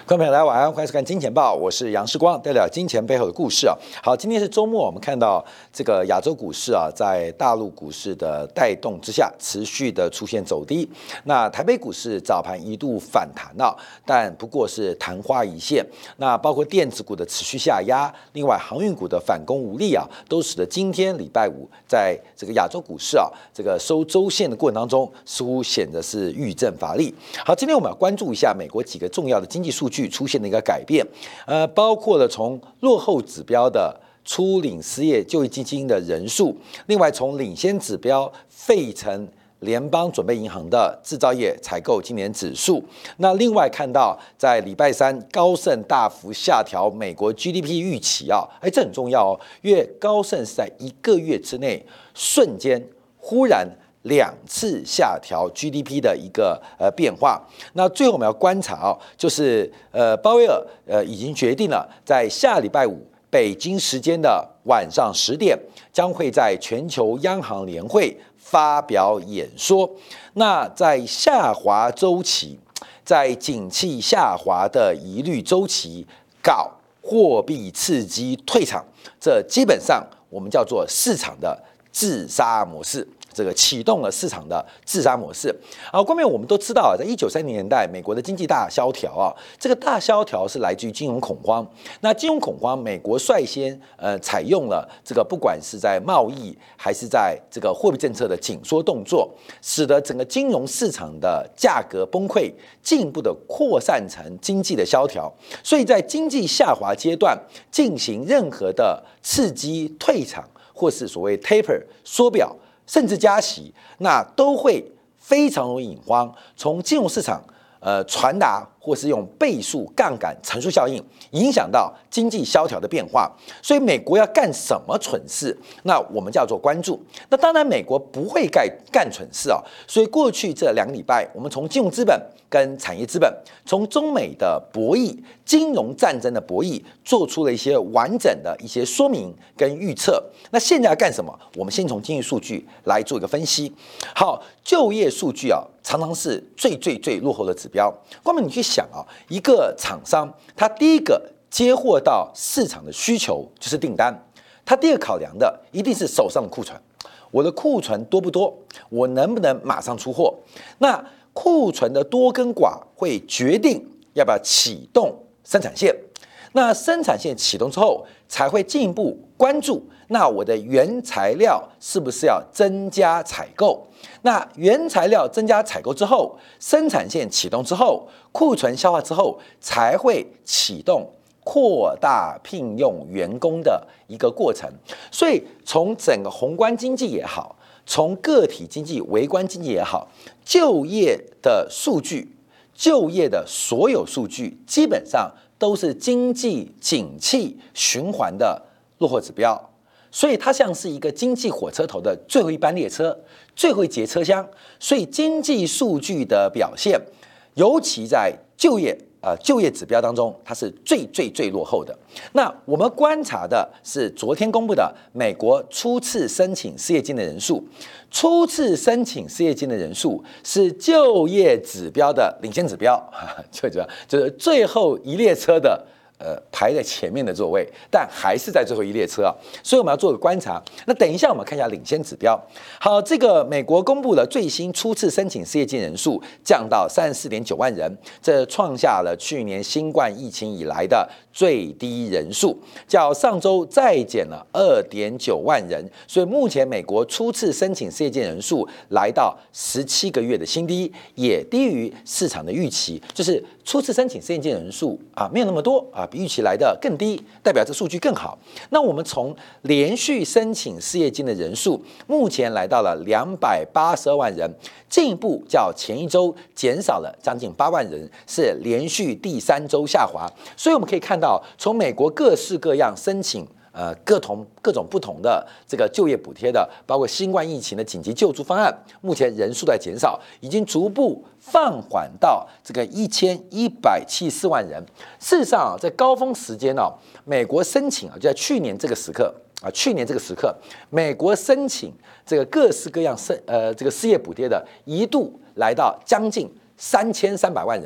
观众朋友，大家晚安，欢迎收看《金钱报》，我是杨世光，带聊金钱背后的故事啊。好，今天是周末，我们看到这个亚洲股市啊，在大陆股市的带动之下，持续的出现走低。那台北股市早盘一度反弹啊，但不过是昙花一现。那包括电子股的持续下压，另外航运股的反攻无力啊，都使得今天礼拜五在这个亚洲股市啊，这个收周线的过程当中，似乎显得是遇阵乏力。好，今天我们要关注一下美国几个重要的经济数据出现的一个改变，包括了从落后指标的初领失业就业基金的人数，另外从领先指标费城联邦准备银行的制造业采购今年指数，那另外看到在礼拜三高盛大幅下调美国 GDP 预期啊，这很重要哦，因为高盛是在1个月之内瞬间忽然2次下调 GDP 的一个变化。那最后我们要观察哦，就是鲍威尔已经决定了，在下礼拜五北京时间的晚上10点，将会在全球央行年会发表演说。那在下滑周期，在景气下滑的疑虑周期，搞货币刺激退场，这基本上我们叫做市场的自杀模式。这个启动了市场的自杀模式。观众朋友，我们都知道，在1930年代，美国的经济大萧条啊，这个大萧条是来自于金融恐慌。那金融恐慌，美国率先采用了这个不管是在贸易还是在这个货币政策的紧缩动作，使得整个金融市场的价格崩溃，进一步的扩散成经济的萧条。所以在经济下滑阶段进行任何的刺激退场，或是所谓 taper 缩表，甚至加息，那都会非常容易引慌，从金融市场传达，或是用倍数杠杆乘数效应影响到经济萧条的变化。所以美国要干什么蠢事，那我们叫做关注。那当然美国不会干蠢事啊，所以过去这2个礼拜，我们从金融资本跟产业资本，从中美的博弈、金融战争的博弈，做出了一些完整的一些说明跟预测。那现在要干什么？我们先从经济数据来做一个分析。好，就业数据啊，常常是最落后的指标。光明，你去想啊，一个厂商他第一个接获到市场的需求就是订单，他第二个考量的一定是手上的库存，我的库存多不多，我能不能马上出货？那库存的多跟寡会决定要不要启动生产线。那生产线启动之后，才会进一步关注，那我的原材料是不是要增加采购？那原材料增加采购之后，生产线启动之后，库存消化之后，才会启动扩大聘用员工的一个过程。所以从整个宏观经济也好，从个体经济、微观经济也好，就业的数据、就业的所有数据，基本上都是经济景气循环的落后指标。所以它像是一个经济火车头的最后一班列车，最后一节车厢。所以经济数据的表现，尤其在就业指标当中，它是最落后的。那我们观察的是昨天公布的美国初次申请失业金的人数，初次申请失业金的人数是就业指标的领先指标，就是最后一列车的排在前面的座位，但还是在最后一列车啊，所以我们要做个观察。那等一下我们看一下领先指标。好，这个美国公布了最新初次申请失业金人数降到34.9万人，这创下了去年新冠疫情以来的最低人数，较上周再减了2.9万人，所以目前美国初次申请失业金人数来到17个月的新低，也低于市场的预期，就是初次申请失业金人数没有那么多比预期来的更低，代表这数据更好。那我们从连续申请失业金的人数，目前来到了282万人，进一步较前一周减少了将近8万人，是连续第3周下滑。所以我们可以看到，从美国各式各样申请各种不同的这个就业补贴的，包括新冠疫情的紧急救助方案，目前人数在减少，已经逐步放缓到这个1174万人。事实上在高峰时间美国申请就在去年这个时刻，美国申请这个各式各样这个失业补贴的，一度来到将近3300万人。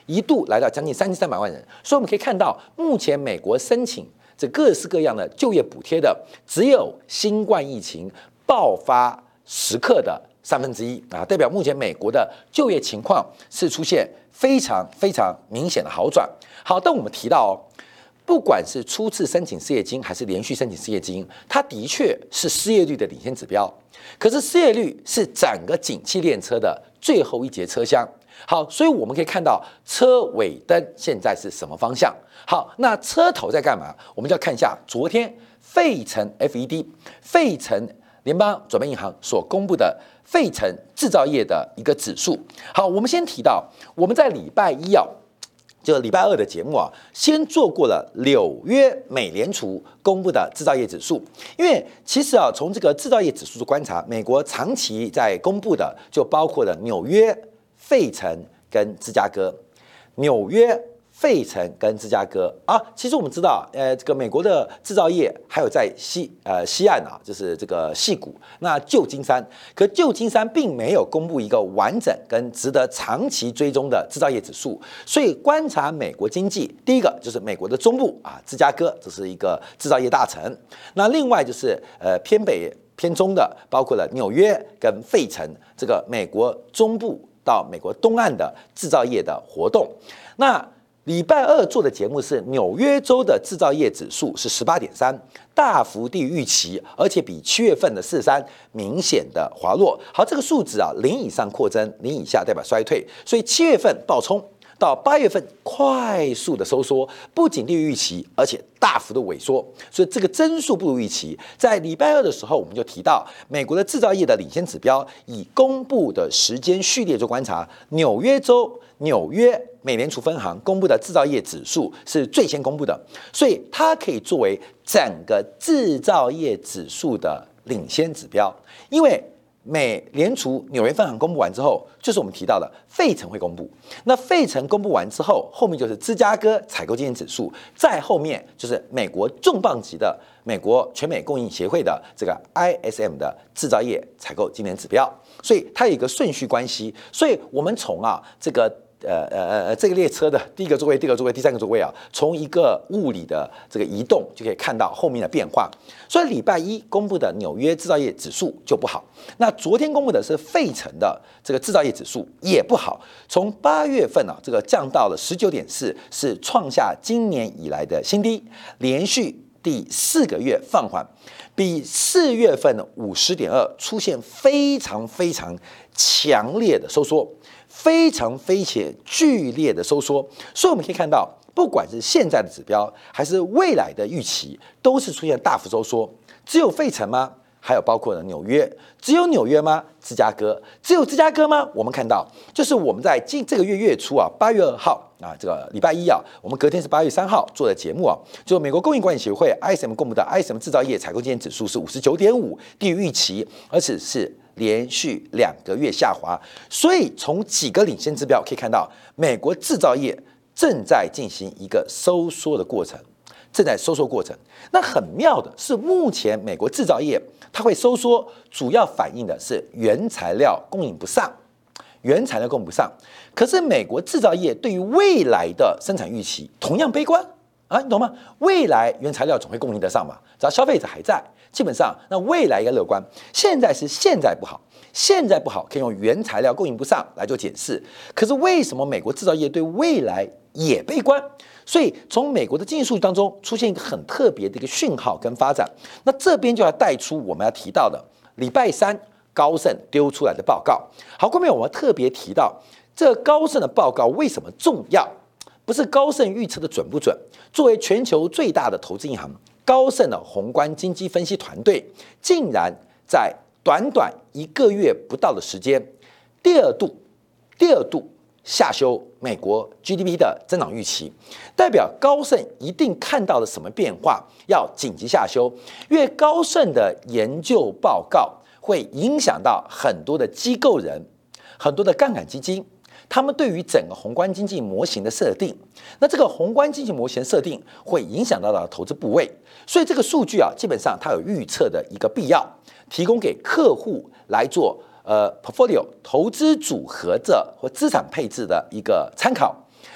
一度来到将近3300万人。所以我们可以看到，目前美国申请这各式各样的就业补贴的，只有新冠疫情爆发时刻的1/3啊，代表目前美国的就业情况是出现非常非常明显的好转。好，但我们提到不管是初次申请失业金还是连续申请失业金，它的确是失业率的领先指标。可是失业率是整个景气列车的最后一节车厢。好，所以我们可以看到车尾灯现在是什么方向？好，那车头在干嘛？我们就要看一下昨天费城 FED 费城联邦准备银行所公布的费城制造业的一个指数。好，我们先提到我们在礼拜一就礼拜二的节目先做过了纽约美联储公布的制造业指数，因为其实从这个制造业指数的观察，美国长期在公布的就包括了纽约、费城跟芝加哥，纽约、费城跟芝加哥其实我们知道，这个美国的制造业还有在西岸就是这个矽谷，那旧金山，可旧金山并没有公布一个完整跟值得长期追踪的制造业指数，所以观察美国经济，第一个就是美国的中部芝加哥，这是一个制造业大城，那另外就是偏北偏中的，包括了纽约跟费城，这个美国中部到美国东岸的制造业的活动，那礼拜二做的节目是纽约州的制造业指数是18.3，大幅低于预期，而且比7月份的43明显的滑落。好，这个数值0以上扩增，0以下代表衰退，所以7月份暴冲，到8月份快速的收缩，不仅低于预期，而且大幅的萎缩，所以这个增速不如预期。在礼拜二的时候，我们就提到美国的制造业的领先指标，以公布的时间序列做观察，纽约州、纽约美联储分行公布的制造业指数是最先公布的，所以它可以作为整个制造业指数的领先指标。因为美联储纽约分行公布完之后，就是我们提到的费城会公布。那费城公布完之后，后面就是芝加哥采购经理指数，再后面就是美国重磅级的美国全美供应协会的这个 ISM 的制造业采购经理指标，所以它有一个顺序关系。所以我们从这个列车的第一个座位、第二个座位、第三个座位从一个物理的这个移动就可以看到后面的变化。所以礼拜一公布的纽约制造业指数就不好，那昨天公布的是费城的这个制造业指数也不好，从8月份这个降到了19.4，是创下今年以来的新低，连续第4个月放缓，比4月份的50.2出现非常非常强烈的收缩。非常剧烈的收缩，所以我们可以看到，不管是现在的指标还是未来的预期，都是出现大幅收缩。只有费城吗？还有包括了纽约，只有纽约吗？芝加哥，只有芝加哥吗？我们看到，就是我们在这个月初8月2号这个礼拜一我们隔天是8月3号做的节目就美国供应管理协会 ISM 公布的 ISM 制造业采购经理指数是59.5，低于预期，而且是连续2个月下滑，所以从几个领先指标可以看到，美国制造业正在进行一个收缩的过程，那很妙的是，目前美国制造业它会收缩，主要反映的是原材料供应不上。可是美国制造业对于未来的生产预期同样悲观你懂吗？未来原材料总会供应得上嘛，只要消费者还在。基本上，那未来应该乐观。现在不好，可以用原材料供应不上来做解释。可是为什么美国制造业对未来也悲观？所以从美国的经济数据当中出现一个很特别的一个讯号跟发展。那这边就要带出我们要提到的礼拜三高盛丢出来的报告。好，后面我们特别提到这个高盛的报告为什么重要？不是高盛预测的准不准？作为全球最大的投资银行，高盛的宏观经济分析团队竟然在短短1个月不到的时间，第二度下修美国 GDP 的增长预期，代表高盛一定看到了什么变化，要紧急下修。因为高盛的研究报告会影响到很多的机构人、很多的杠杆基金。他们对于整个宏观经济模型的设定，那这个宏观经济模型设定会影响到的投资部位，所以这个数据基本上它有预测的一个必要，提供给客户来做portfolio 投资组合或资产配置的一个参考。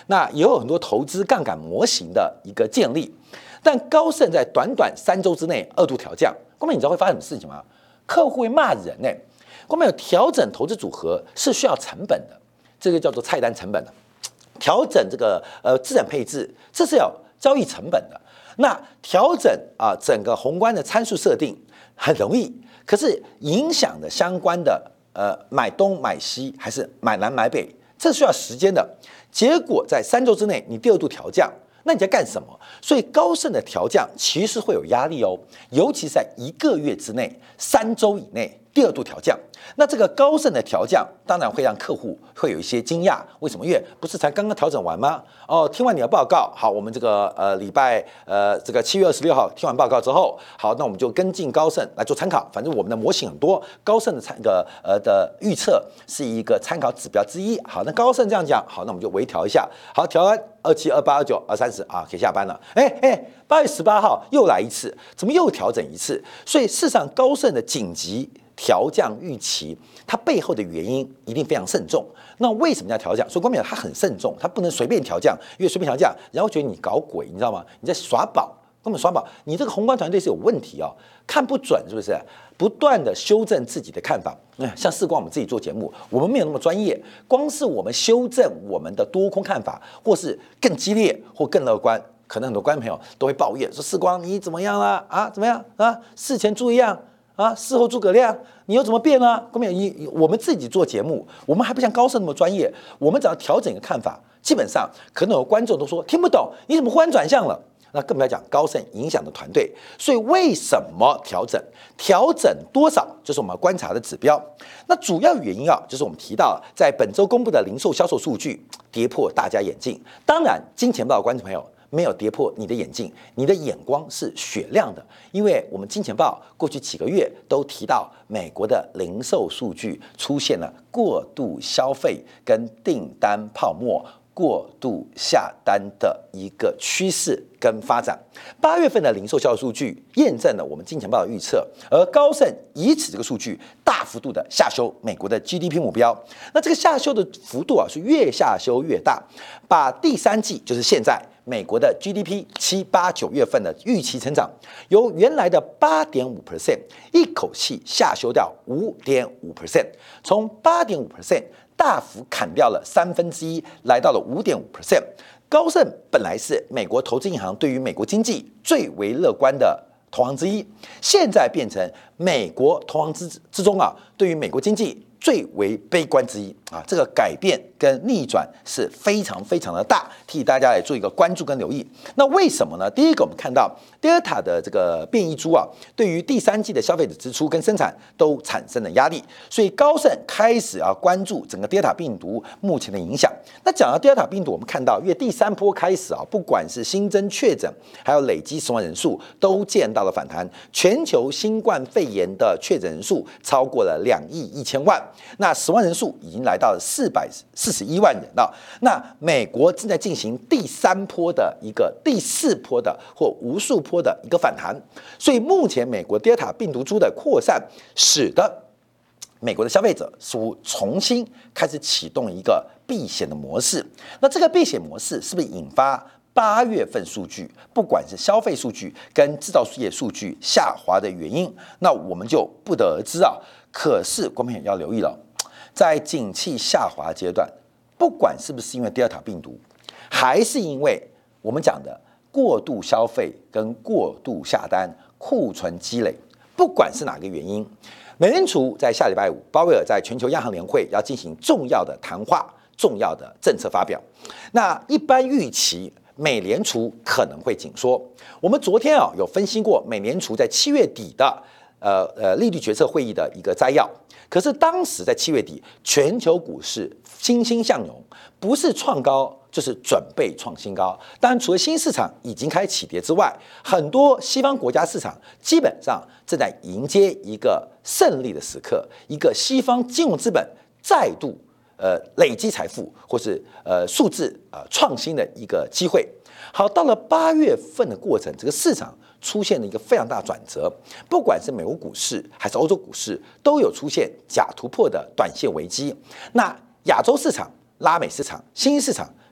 那也有很多投资杠杆模型的一个建立。但高盛在短短3周之内2度调降，各位你知道会发生什么事情吗？客户会骂人呢。各位有调整投资组合是需要成本的，这个叫做菜单成本的。调整这个资产配置，这是要交易成本的。那调整整个宏观的参数设定很容易，可是影响的相关的买东买西还是买南买北，这需要时间的。结果在3周之内你第2度调降。那你在干什么？所以高盛的调降其实会有压力哦，尤其是在1个月之内、3周以内第2度调降。那这个高盛的调降当然会让客户会有一些惊讶，为什么？因为不是才刚刚调整完吗？哦，听完你的报告，好，我们这个礼拜这个7月26号听完报告之后，好，那我们就跟进高盛来做参考。反正我们的模型很多，高盛的预测是一个参考指标之一。好，那高盛这样讲，好，那我们就微调一下。好，调完27、28、29、30啊，可以下班了。8月18号又来一次，怎么又调整一次？所以事实上，高盛的紧急调降预期，它背后的原因一定非常慎重。那为什么要调降？所以关键它很慎重，它不能随便调降，因为随便调降，然后觉得你搞鬼，你知道吗？你在耍宝，根本耍宝。你这个宏观团队是有问题哦，看不准是不是？不断的修正自己的看法。像世光我们自己做节目，我们没有那么专业，光是我们修正我们的多空看法，或是更激烈或更乐观。可能很多观众朋友都会抱怨说：“世光你怎么样啦？怎么样啊？事前猪一样啊，事后诸葛亮，你又怎么变呢？”我们自己做节目，我们还不像高盛那么专业，我们只要调整一个看法，基本上可能有观众都说听不懂，你怎么忽然转向了？那更不要讲高盛影响的团队。所以为什么调整？调整多少就是我们观察的指标。那主要原因就是我们提到在本周公布的零售销售数据跌破大家眼镜。当然，金钱豹的观众朋友没有跌破你的眼镜，你的眼光是雪亮的，因为我们金钱豹过去几个月都提到美国的零售数据出现了过度消费跟订单泡沫。过度下单的一个趋势跟发展，8月份的零售销售数据验证了我们金钱豹的预测，而高盛以此这个数据大幅度的下修美国的 GDP 目标。那这个下修的幅度是越下修越大，把第3季就是现在美国的 GDP 7、8、9月份的预期成长由原来的 8.5% 一口气下修掉 5.5%， 从 8.5%大幅砍掉了1/3，来到了 5.5%。高盛本来是美国投资银行对于美国经济最为乐观的投行之一，现在变成美国投行之中对于美国经济最为悲观之一这个改变跟逆转是非常非常的大，替大家来做一个关注跟留意。那为什么呢？第一个，我们看到德尔塔的这个变异株对于第3季的消费者支出跟生产都产生了压力，所以高盛开始关注整个德尔塔病毒目前的影响。那讲到德尔塔病毒，我们看到因为第3波开始不管是新增确诊还有累积死亡人数都见到了反弹，全球新冠肺炎的确诊人数超过了2亿1千万，那死亡人数已经来到了441万人了。那美国正在进行第3波的一个第4波的或无数波的一个反弹，所以目前美国德尔塔病毒株的扩散，使得美国的消费者似乎重新开始启动一个避险的模式。那这个避险模式是不是引发8月份数据，不管是消费数据跟制造业数据下滑的原因？那我们就不得而知可是观众朋友要留意了，在景气下滑阶段，不管是不是因为德尔塔病毒，还是因为我们讲的过度消费跟过度下单、库存积累，不管是哪个原因，美联储在下礼拜5，鲍威尔在全球央行年会要进行重要的谈话、重要的政策发表。那一般预期美联储可能会紧缩。我们昨天有分析过美联储在7月底的利率决策会议的一个摘要。可是当时在7月底，全球股市欣欣向荣，不是创高就是准备创新高。当然，除了新市场已经开始起跌之外，很多西方国家市场基本上正在迎接一个胜利的时刻，一个西方金融资本再度累积财富或是数字创新的一个机会。好，到了8月份的过程，这个市场出现了一个非常大的转折，不管是美国股市还是欧洲股市，都有出现假突破的短线危机。那亚洲市场、拉美市场、新兴市场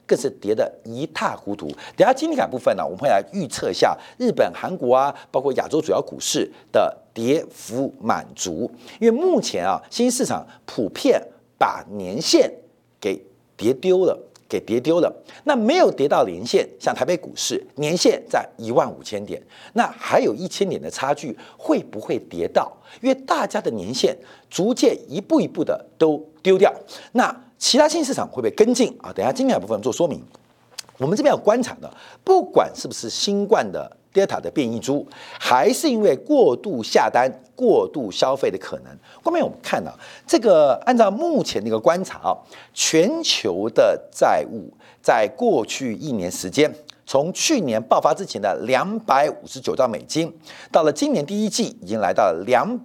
更是跌得一塌糊涂。等下经济感部分呢，我们会来预测一下日本、韩国啊，包括亚洲主要股市的跌幅满足。因为目前啊，新兴市场普遍把年线给跌丢了。那没有跌到年线，像台北股市年线在15000点，那还有1000点的差距，会不会跌到？因为大家的年线逐渐一步一步的都丢掉，那其他新兴市场会不会跟进啊？等一下经典部分做说明。我们这边有观察的，不管是不是新冠的 Delta 的变异株，还是因为过度下单、过度消费的可能。后面我们看到这个，按照目前的一个观察啊，全球的债务在过去1年时间，从去年爆发之前的259兆美金，到了今年第一季已经来到了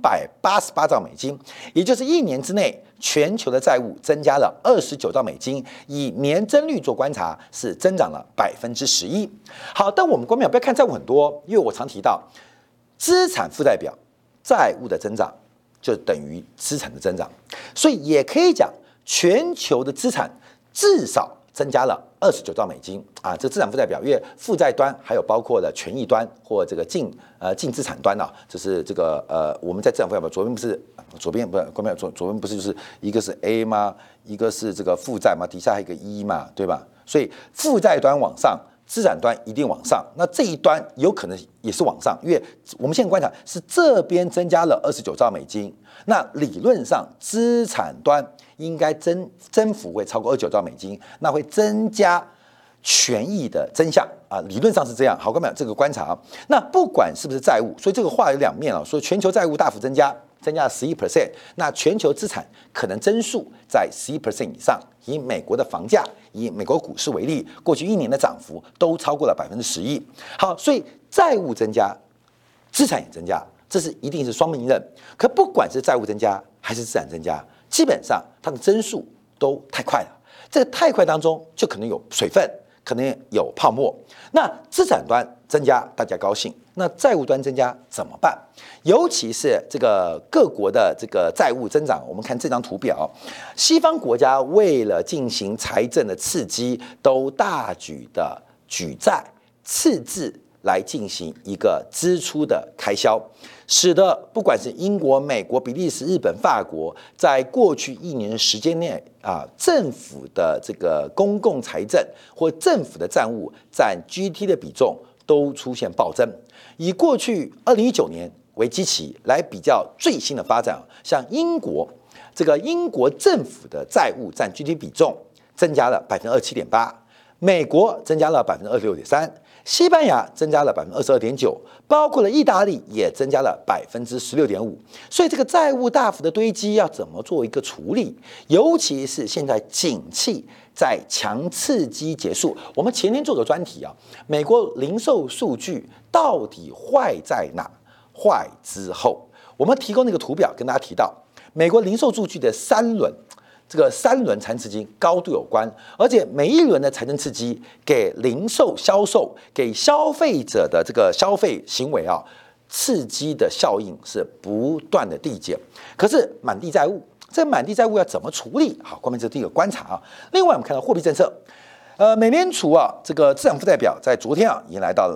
288兆美金，也就是1年之内，全球的债务增加了29兆美金，以年增率做观察，是增长了11%。好，但我们观众不要看债务很多，因为我常提到，资产负债表债务的增长就等于资产的增长，所以也可以讲，全球的资产至少增加了29兆美金啊！这资产负债表，因为负债端还有包括了权益端或这个净资产端啊，就是这个我们在资产负债表左边不是左边不是就是一个是 A 吗？一个是这个负债嘛，底下还有一个1嘛，对吧？所以负债端往上，资产端一定往上，那这一端有可能也是往上，因为我们现在观察是这边增加了29兆美金，那理论上资产端应该增幅会超过29兆美金，那会增加权益的增项啊，理论上是这样。好，各位这个观察啊，那不管是不是债务，所以这个话有两面啊，说全球债务大幅增加了11%，那全球资产可能增速在11%以上。以美国的房价，以美国股市为例，过去1年的涨幅都超过了11%。好，所以债务增加，资产也增加，这是一定是双面刃。可不管是债务增加还是资产增加，基本上它的增速都太快了。这个太快当中就可能有水分，可能有泡沫。那资产端增加，大家高兴；那债务端增加怎么办？尤其是这个各国的这个债务增长，我们看这张图表，西方国家为了进行财政的刺激，都大举的举债赤字来进行一个支出的开销，使得不管是英国、美国、比利时、日本、法国，在过去1年时间内啊，政府的这个公共财政或政府的债务占 GDP 的比重都出现暴增。以过去2019年为基期来比较最新的发展，像英国，这个英国政府的债务占 GDP 比重增加了27.8%，美国增加了26.3%。西班牙增加了22.9%，包括了意大利也增加了16.5%。所以这个债务大幅的堆积要怎么做一个处理？尤其是现在景气在强刺激结束，我们前天做个专题啊，美国零售数据到底坏在哪？坏之后，我们提供那个图表跟大家提到，美国零售数据的3轮。这个3轮财政刺激高度有关，而且每一轮的财政刺激给零售销售、给消费者的这个消费行为啊，刺激的效应是不断的递减。可是满地债务，这满地债务要怎么处理？好，关键这是第一个观察啊。另外我们看到货币政策，美联储啊，这个资产负债表在昨天啊已经来到了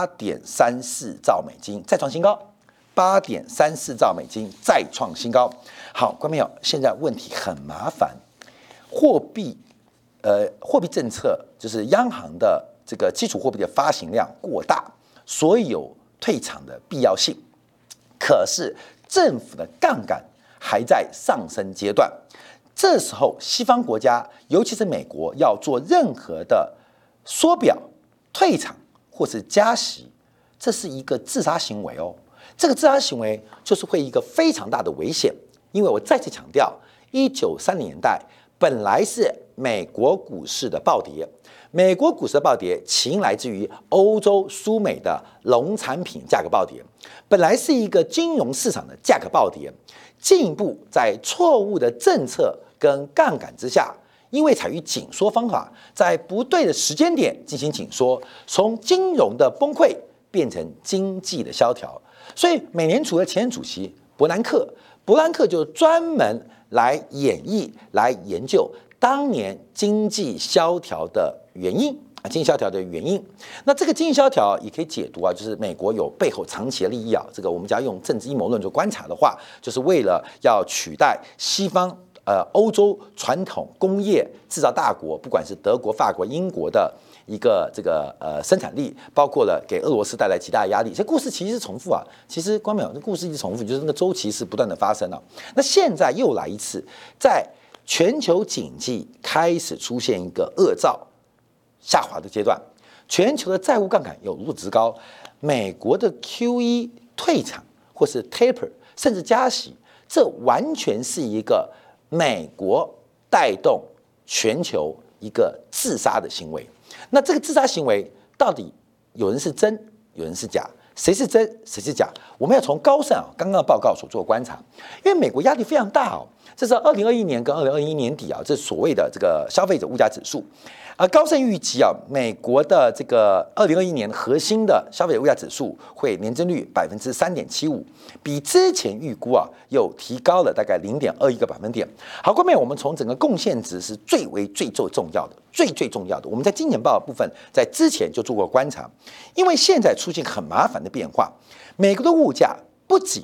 8.34兆美金，再创新高。8.34兆美金再创新高。好，观众朋友，现在问题很麻烦，货币政策就是央行的这个基础货币的发行量过大，所以有退场的必要性。可是政府的杠杆还在上升阶段，这时候西方国家，尤其是美国，要做任何的缩表、退场或是加息，这是一个自杀行为哦。这个自杀行为就是会一个非常大的危险，因为我再次强调，1930年代本来是美国股市的暴跌，美国股市的暴跌起因来自于欧洲、苏美的农产品价格暴跌，本来是一个金融市场的价格暴跌，进一步在错误的政策跟杠杆之下，因为采取紧缩方法，在不对的时间点进行紧缩，从金融的崩溃变成经济的萧条。所以美联储的前任主席伯南克就专门来演绎、来研究当年经济萧条的原因。经济萧条的原因，那这个经济萧条也可以解读就是美国有背后长期的利益啊。这个我们只要用政治阴谋论做观察的话，就是为了要取代西方欧洲传统工业制造大国，不管是德国、法国、英国的一个生产力，包括了给俄罗斯带来极大的压力。这故事其实是重复啊，其实观众朋友，这故事一直重复，就是那个周期是不断的发生啊。那现在又来一次，在全球经济开始出现一个恶兆下滑的阶段，全球的债务杠杆有如此之高，美国的 QE 退场或是 taper 甚至加息，这完全是一个美国带动全球一个自杀的行为。那这个自杀行为到底有人是真，有人是假？谁是真，谁是假？我们要从高盛刚刚报告所做观察，因为美国压力非常大哦。这是2021年跟2021年底这所谓的这个消费者物价指数。高盛预计美国的这个2021年核心的消费者物价指数会年增率3.75%，比之前预估又提高了大概0.21个百分点。好，后面我们从整个贡献值是最重要的，最重要的。我们在金钱豹的部分在之前就做过观察，因为现在出现很麻烦的变化，美国的物价不仅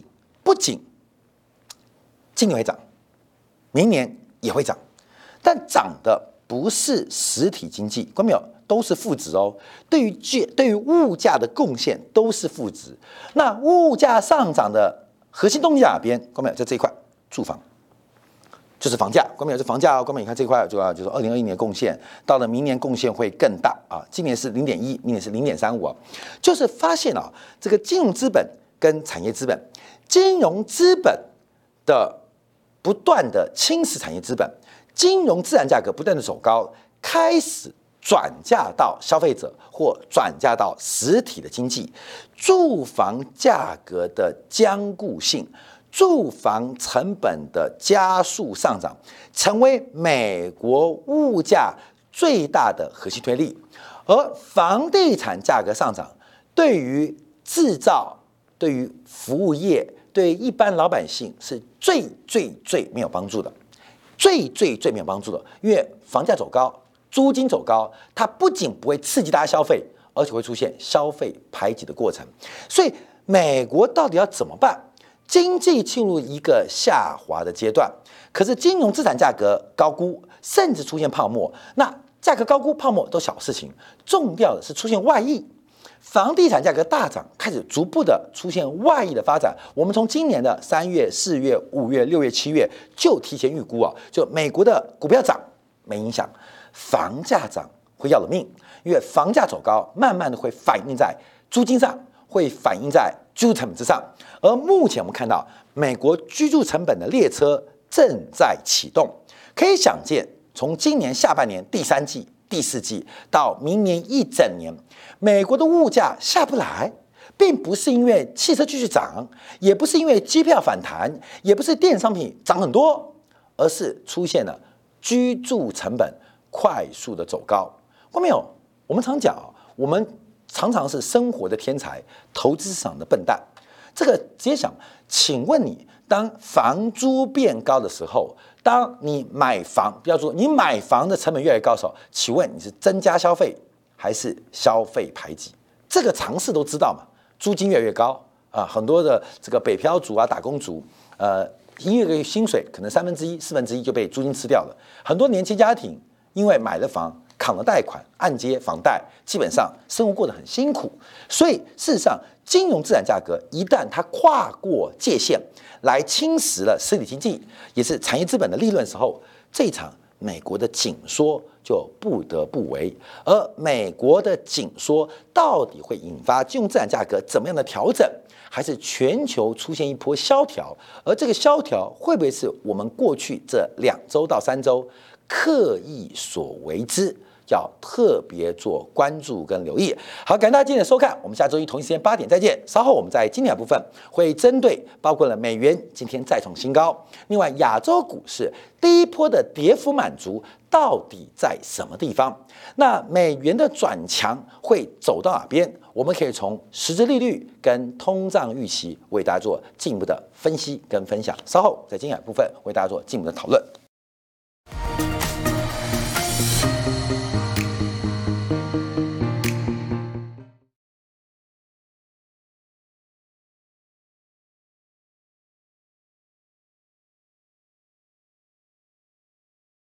今年会涨，明年也会涨，但涨的不是实体经济，观众朋友都是负值哦。对于物价的贡献都是负值。那物价上涨的核心动力在哪边？观众朋友在这一块，住房就是房价。观众朋友是房价哦。观众朋友你看这一块就是2021年的贡献，到了明年贡献会更大啊。今年是0.1，明年是0.35啊。就是发现这个金融资本跟产业资本，金融资本的不断的侵蚀产业资本。金融资产价格不断的走高，开始转嫁到消费者或转嫁到实体的经济，住房价格的僵固性，住房成本的加速上涨，成为美国物价最大的核心推力。而房地产价格上涨，对于制造、对于服务业、对于一般老百姓是最没有帮助的。最没有帮助的，因为房价走高，租金走高，它不仅不会刺激大家消费，而且会出现消费排挤的过程。所以，美国到底要怎么办？经济进入一个下滑的阶段，可是金融资产价格高估，甚至出现泡沫。那价格高估、泡沫都小事情，重要的是出现外溢。房地产价格大涨，开始逐步的出现外溢的发展。我们从今年的3月、4月、5月、6月、7月就提前预估就美国的股票涨没影响，房价涨会要了命，因为房价走高，慢慢的会反映在租金上，会反映在居住成本之上。而目前我们看到，美国居住成本的列车正在启动，可以想见，从今年下半年第3季。第4季到明年一整年，美国的物价下不来，并不是因为汽车继续涨，也不是因为机票反弹，也不是电子商品涨很多，而是出现了居住成本快速的走高。看到没有？我们常讲我们常常是生活的天才，投资市场的笨蛋。这个直接想，请问你，当房租变高的时候，当你买房，不要说你买房的成本越来越高的时候，请问你是增加消费还是消费排挤？这个常识都知道嘛。租金越来越高很多的这个北漂族打工族，一个月薪水可能1/3、1/4就被租金吃掉了。很多年轻家庭因为买了房，扛了贷款、按揭房贷，基本上生活过得很辛苦。所以事实上，金融资产价格一旦它跨过界限来侵蚀了实体经济，也是产业资本的利润的时候，这场美国的紧缩就不得不为。而美国的紧缩到底会引发金融资产价格怎么样的调整，还是全球出现一波萧条？而这个萧条会不会是我们过去这2周到3周刻意所为之？要特别做关注跟留意。好，感谢大家今天的收看，我们下周一同一时间8点再见。稍后我们在经典部分会针对包括了美元今天再创新高，另外亚洲股市第一波的跌幅满足到底在什么地方？那美元的转强会走到哪边？我们可以从实质利率跟通胀预期为大家做进一步的分析跟分享。稍后在经典部分为大家做进一步的讨论。